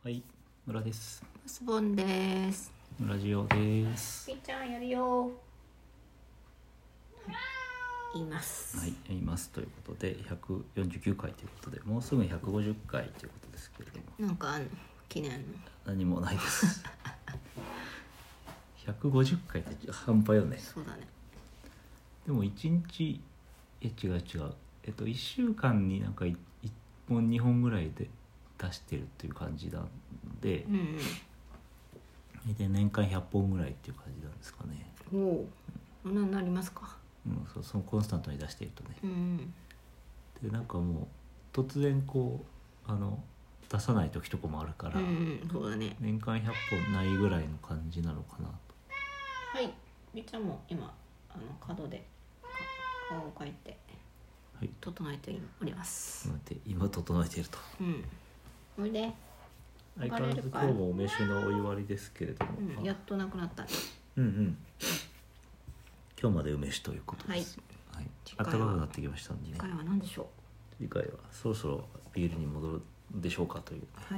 はい、村です。 マスボンです。 村ジオです。 ピーちゃんやるよ。言います。 はい、言いますということで149回ということで、もうすぐ150回ということですけれども、 なんかあんの記念の。 何もないです。150回って半端よね。 そうだね。 でも1日違う1週間になんか1本2本ぐらいで出してるっていう感じなんで、で年間100本ぐらいっていう感じなんですかね。 おお、そんなになりますか。 そのコンスタントに出しているとね、 でなんかもう突然こう出さない時とかもあるから、 そうだね。 年間100本ないぐらいの感じなのかなと。 はい、ピーちゃんも今角で顔を描いて、はい、整えております。 今整えていると。 おいで。 相変わらず今日もお召しのお湯割りですけれども、 やっとなくなったね。 今日まで梅酒ということです。はい。暖かくなってきましたんでね。 次回は何でしょう。 次回はそろそろビールに戻るでしょうかという。 はい。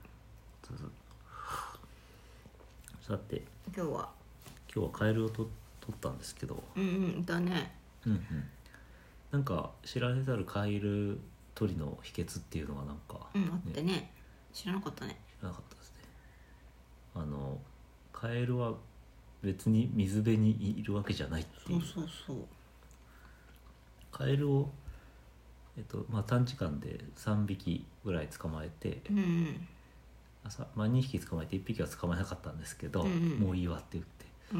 さて今日はカエルを取ったんですけど。 だね。 なんか知られざるカエル取りの秘訣っていうのがなんか、 あってね。知らなかったね。 知らなかったですね。カエルは別に水辺にいるわけじゃないっていう。 そう。 カエルを、短時間で3匹ぐらい捕まえて、2匹捕まえて1匹は捕まえなかったんですけど、もういいわって言って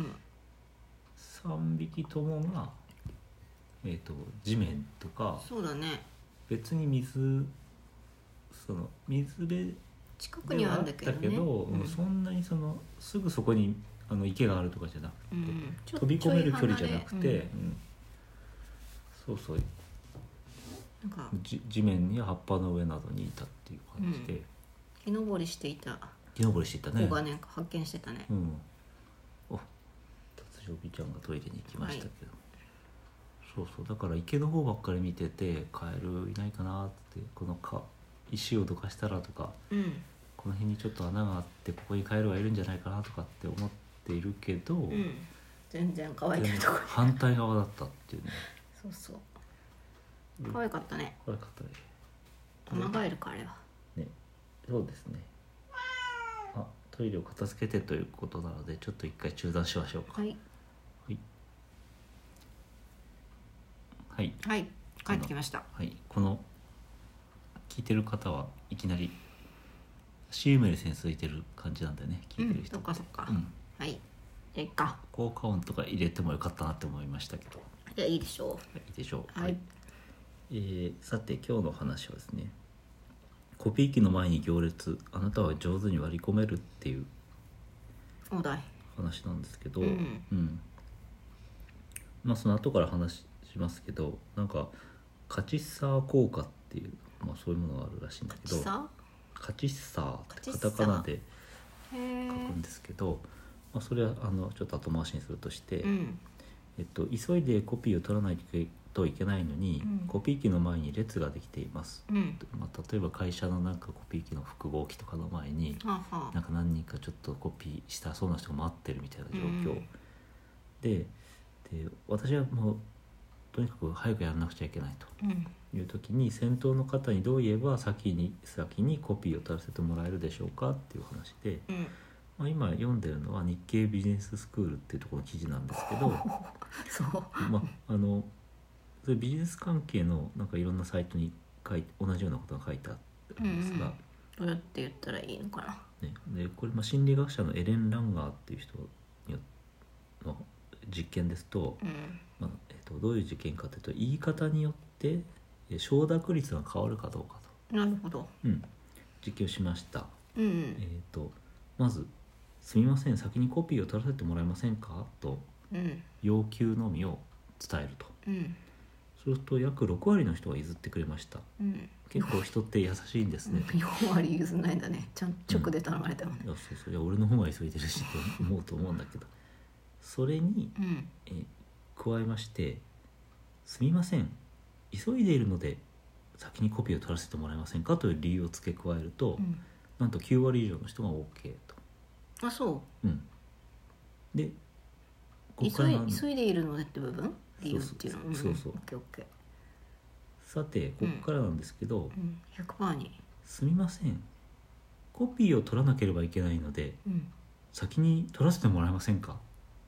、3匹ともが、地面とか、 そうだね。 別に水辺近くにはあるんだけどね、 そんなにすぐそこに池があるとかじゃなくて、飛び込める距離じゃなくて、そうなんか地面や葉っぱの上などにいたっていう感じで、 木登りしていたね。 子がね発見してたね。 お達郎美ちゃんがトイレに行きましたけど、そうだから池の方ばっかり見てて、カエルいないかなって、この石をどかしたらとか、この辺にちょっと穴があってここにカエルがいるんじゃないかなとかって思っているけど、 全然乾いてるとこ反対側だったっていうね。 そう可愛かったね。 可愛かったね。 アマガエルかあれはね。そうですね。トイレを片付けてということなので、ちょっと一回中断しましょうか。はい帰ってきました。 この聞いてる方はいきなりシーメル先生いてる感じなんだよね、聞いてる人。 そっかはいいいか。 効果音とか入れてもよかったなって思いましたけど。 いや、いいでしょう。 いいでしょう。さて今日の話はですね、コピー機の前に行列、あなたは上手に割り込めるっていう話なんですけど、その後から話しますけど、なんかカチッサー効果っていう、そういうものがあるらしいんだけど、カチッサーってカタカナで書くんですけど、それはちょっと後回しにするとして、急いでコピーを取らないといけないのに、コピー機の前に列ができています、例えば会社のなんかコピー機の複合機とかの前に、なんか何人かちょっとコピーしたそうな人が待ってるみたいな状況、で私はもうとにかく早くやらなくちゃいけないという時に、先頭の方にどう言えば先にコピーを取らせてもらえるでしょうかっていう話で、今読んでるのは日経ビジネススクールっていうところの記事なんですけどそれビジネス関係のなんかいろんなサイトに同じようなことが書いてあるんですが、 どうやって言ったらいいのかな、 でこれ心理学者のエレン・ランガーっていう人の実験ですと、どういう実験かというと、言い方によって承諾率が変わるかどうかと。なるほど。 実験をしました。まずすみません、先にコピーを取らせてもらえませんかと要求のみを伝えると、そうすると約6割の人が譲ってくれました。結構人って優しいんですね。 4割譲んないんだね。ちゃん直で頼まれたもんね。 いや俺の方が急いでるしと思うと思うんだけど、それに、加えまして、すみません、急いでいるので先にコピーを取らせてもらえませんかという理由を付け加えると、 なんと9割以上の人が OK と。 あ、そう。でここから急いでいるのでって部分理由っていうの。 そうそう。 オッケーオッケー。 さてここからなんですけど、 100% にすみません、コピーを取らなければいけないので、先に取らせてもらえませんか。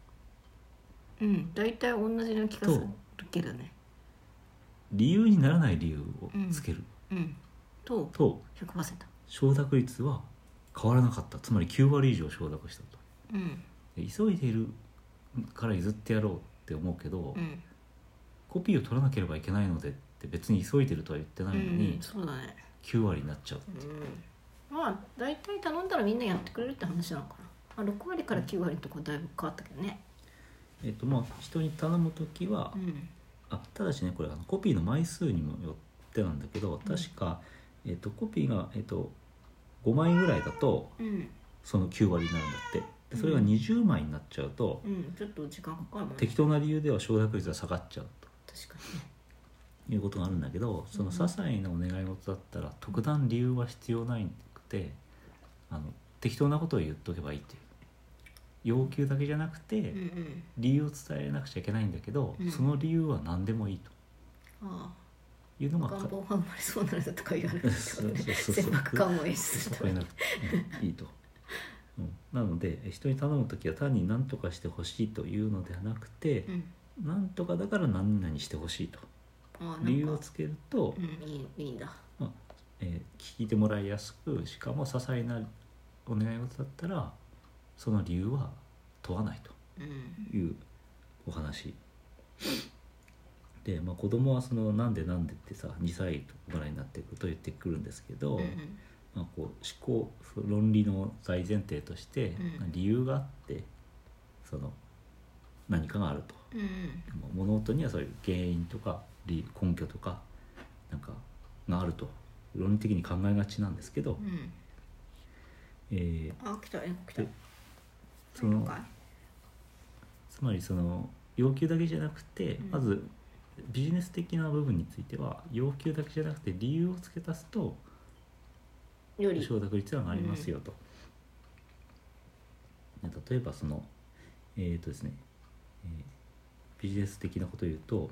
大体同じな気がするけどね。 理由にならない理由をつける、 と 100%。 承諾率は変わらなかった。つまり9割以上承諾したと。急いでいるから譲ってやろうって思うけど、コピーを取らなければいけないのでって別に急いでるとは言ってないのに、 そうだね、 9割になっちゃうって、 まあ大体頼んだらみんなやってくれるって話なのかな。6割から9割とかだいぶ変わったけどね。 まあ人に頼むときは、ただしね、これコピーの枚数にもよってなんだけど、確か、コピーが、5枚ぐらいだと、その9割になるんだって。でそれが20枚になっちゃうと、 ちょっと時間かかるもんね。 適当な理由では承諾率が下がっちゃうと。 確かにね。 いうことがあるんだけど、その些細なお願い事だったら特段理由は必要ないくて、適当なことを言っとけばいいっていう。要求だけじゃなくて、理由を伝えなくちゃいけないんだけど、その理由は何でもいいというのが願望が生まれそうなのだとか言われるってことね。切迫感を演出するためにいいと。なので人に頼むときは単に何とかしてほしいというのではなくて、何とかだから何々してほしいと理由をつけると、 いいんだ。 聞いてもらいやすく、しかも些細なお願い事だったらその理由は問わないというお話、で、子供はそのなんでってさ、2歳ぐらいになってくると言ってくるんですけど、こう思考論理の大前提として、理由があってその何かがあると、物事にはそういう原因とか根拠とかなんかがあると論理的に考えがちなんですけど、 来たそのつまりその要求だけじゃなくて、まずビジネス的な部分については要求だけじゃなくて理由を付け足すと承諾率が上がりますよと。例えばそのですね、ビジネス的なことを言うと、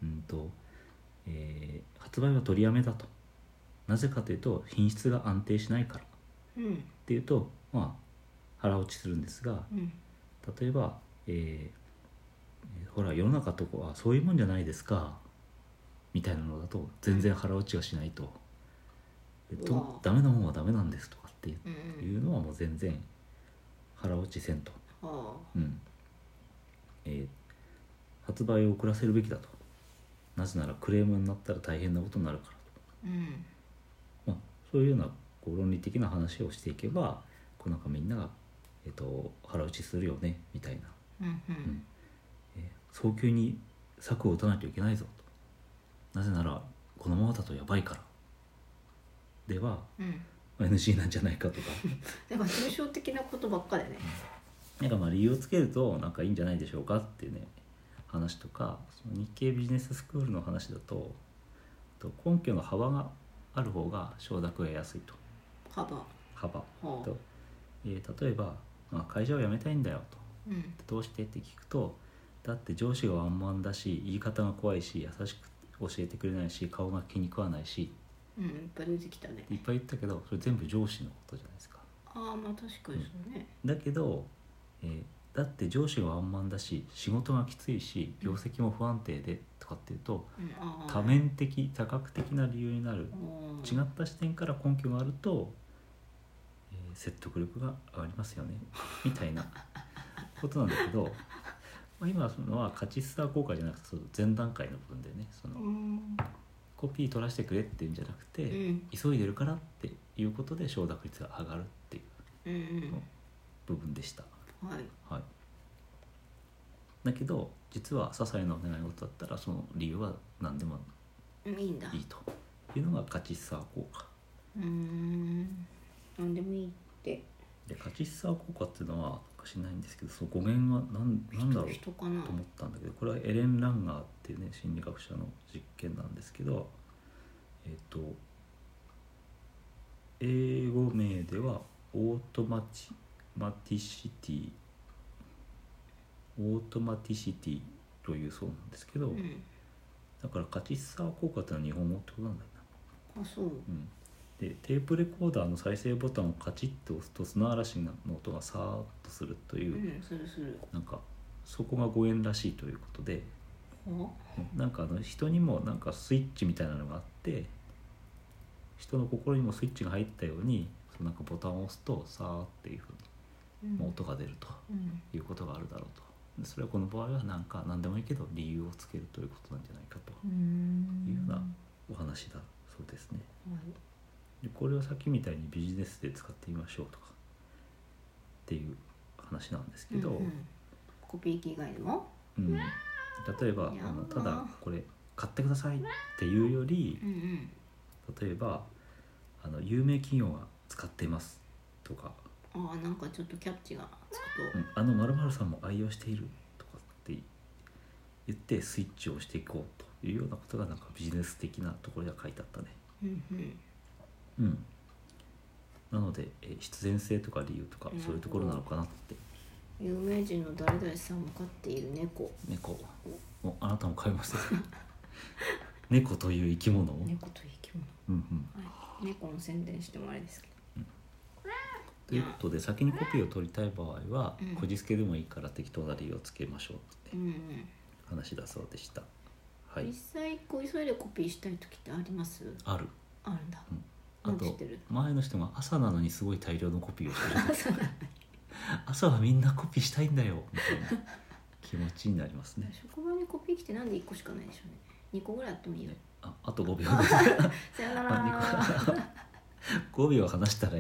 発売は取りやめだと。なぜかというと品質が安定しないから、っていうと腹落ちするんですが、例えば、ほら世の中とかはそういうもんじゃないですかみたいなのだと全然腹落ちがしないと、ダメなもんはダメなんですとかっていうのはもう全然腹落ちせんと、発売を遅らせるべきだと。なぜならクレームになったら大変なことになるからと、そういうようなこう論理的な話をしていけばなんかみんなが、腹落ちするよねみたいな、早急に策を打たないといけないぞと。なぜならこのままだとやばいからでは、NG なんじゃないかとかなんか抽象的なことばっかでね、 なんか理由をつけるとなんかいいんじゃないでしょうかっていうね話とか、その日経ビジネススクールの話だと根拠の幅がある方が承諾が得やすいと。幅と、例えば、会社を辞めたいんだよと、どうしてって聞くと、だって上司がワンマンだし言い方が怖いし優しく教えてくれないし顔が気に食わないし、 いっぱい出てきたね。 いっぱい言ったけどそれ全部上司のことじゃないですか。 確かにそうね、 だけど、だって上司がワンマンだし仕事がきついし業績も不安定でとかっていうと、多面的多角的な理由になる、違った視点から根拠があると、説得力が上がりますよねみたいなことなんだけど今そのはカチッサー効果じゃなくて前段階の部分でね、そのコピー取らせてくれっていうんじゃなくて、急いでるからっていうことで承諾率が上がるっていう部分でした。だけど実は些細なお願い事だったらその理由は何でもいいというのがカチッサー効果。 何でもいいってでカチッサー効果っていうのは知らないんですけど、その語源は何だろうと思ったんだけど、これはエレン・ランガーっていうね心理学者の実験なんですけど、 英語名ではオートマティシティというそうなんですけど、だからカチッサー効果ってのは日本語ってことなんだよな。あ、そう。 でテープレコーダーの再生ボタンをカチッと押すと砂嵐の音がサーッとするという、 するなんかそこがご縁らしいということで、なんか人にもなんかスイッチみたいなのがあって、人の心にもスイッチが入ったようになんかボタンを押すとさーっていうふうに音が出るということがあるだろうと。でそれはこの場合はなんか何でもいいけど理由をつけるということなんじゃないかというようなお話だそうですね。でこれをさっきみたいにビジネスで使ってみましょうとかっていう話なんですけど、 コピー機以外でも、 例えばただこれ買ってくださいっていうより、例えば有名企業が使っていますとか、 なんかちょっとキャッチがつくと、 〇〇さんも愛用しているとかって言ってスイッチを押していこうというようなことがなんかビジネス的なところでは書いてあったね。なので必然性とか理由とかそういうところなのかなって。 有名人の誰々さんも飼っている猫あなたも飼いました猫という生き物を猫の宣伝してもあれですけど、 ということで先にコピーを取りたい場合は、こじつけでもいいから適当な理由をつけましょうって話だそうでした。 実際こう急いでコピーしたい時ってあります？ あるんだ。 あと前の人が朝なのにすごい大量のコピーをしてる朝はみんなコピーしたいんだよみたいな気持ちになりますね。 職場にコピー機ってなんで1個しかないでしょうね。2個ぐらいあってもいいよ。 あと5秒ですさよなら 5秒話したら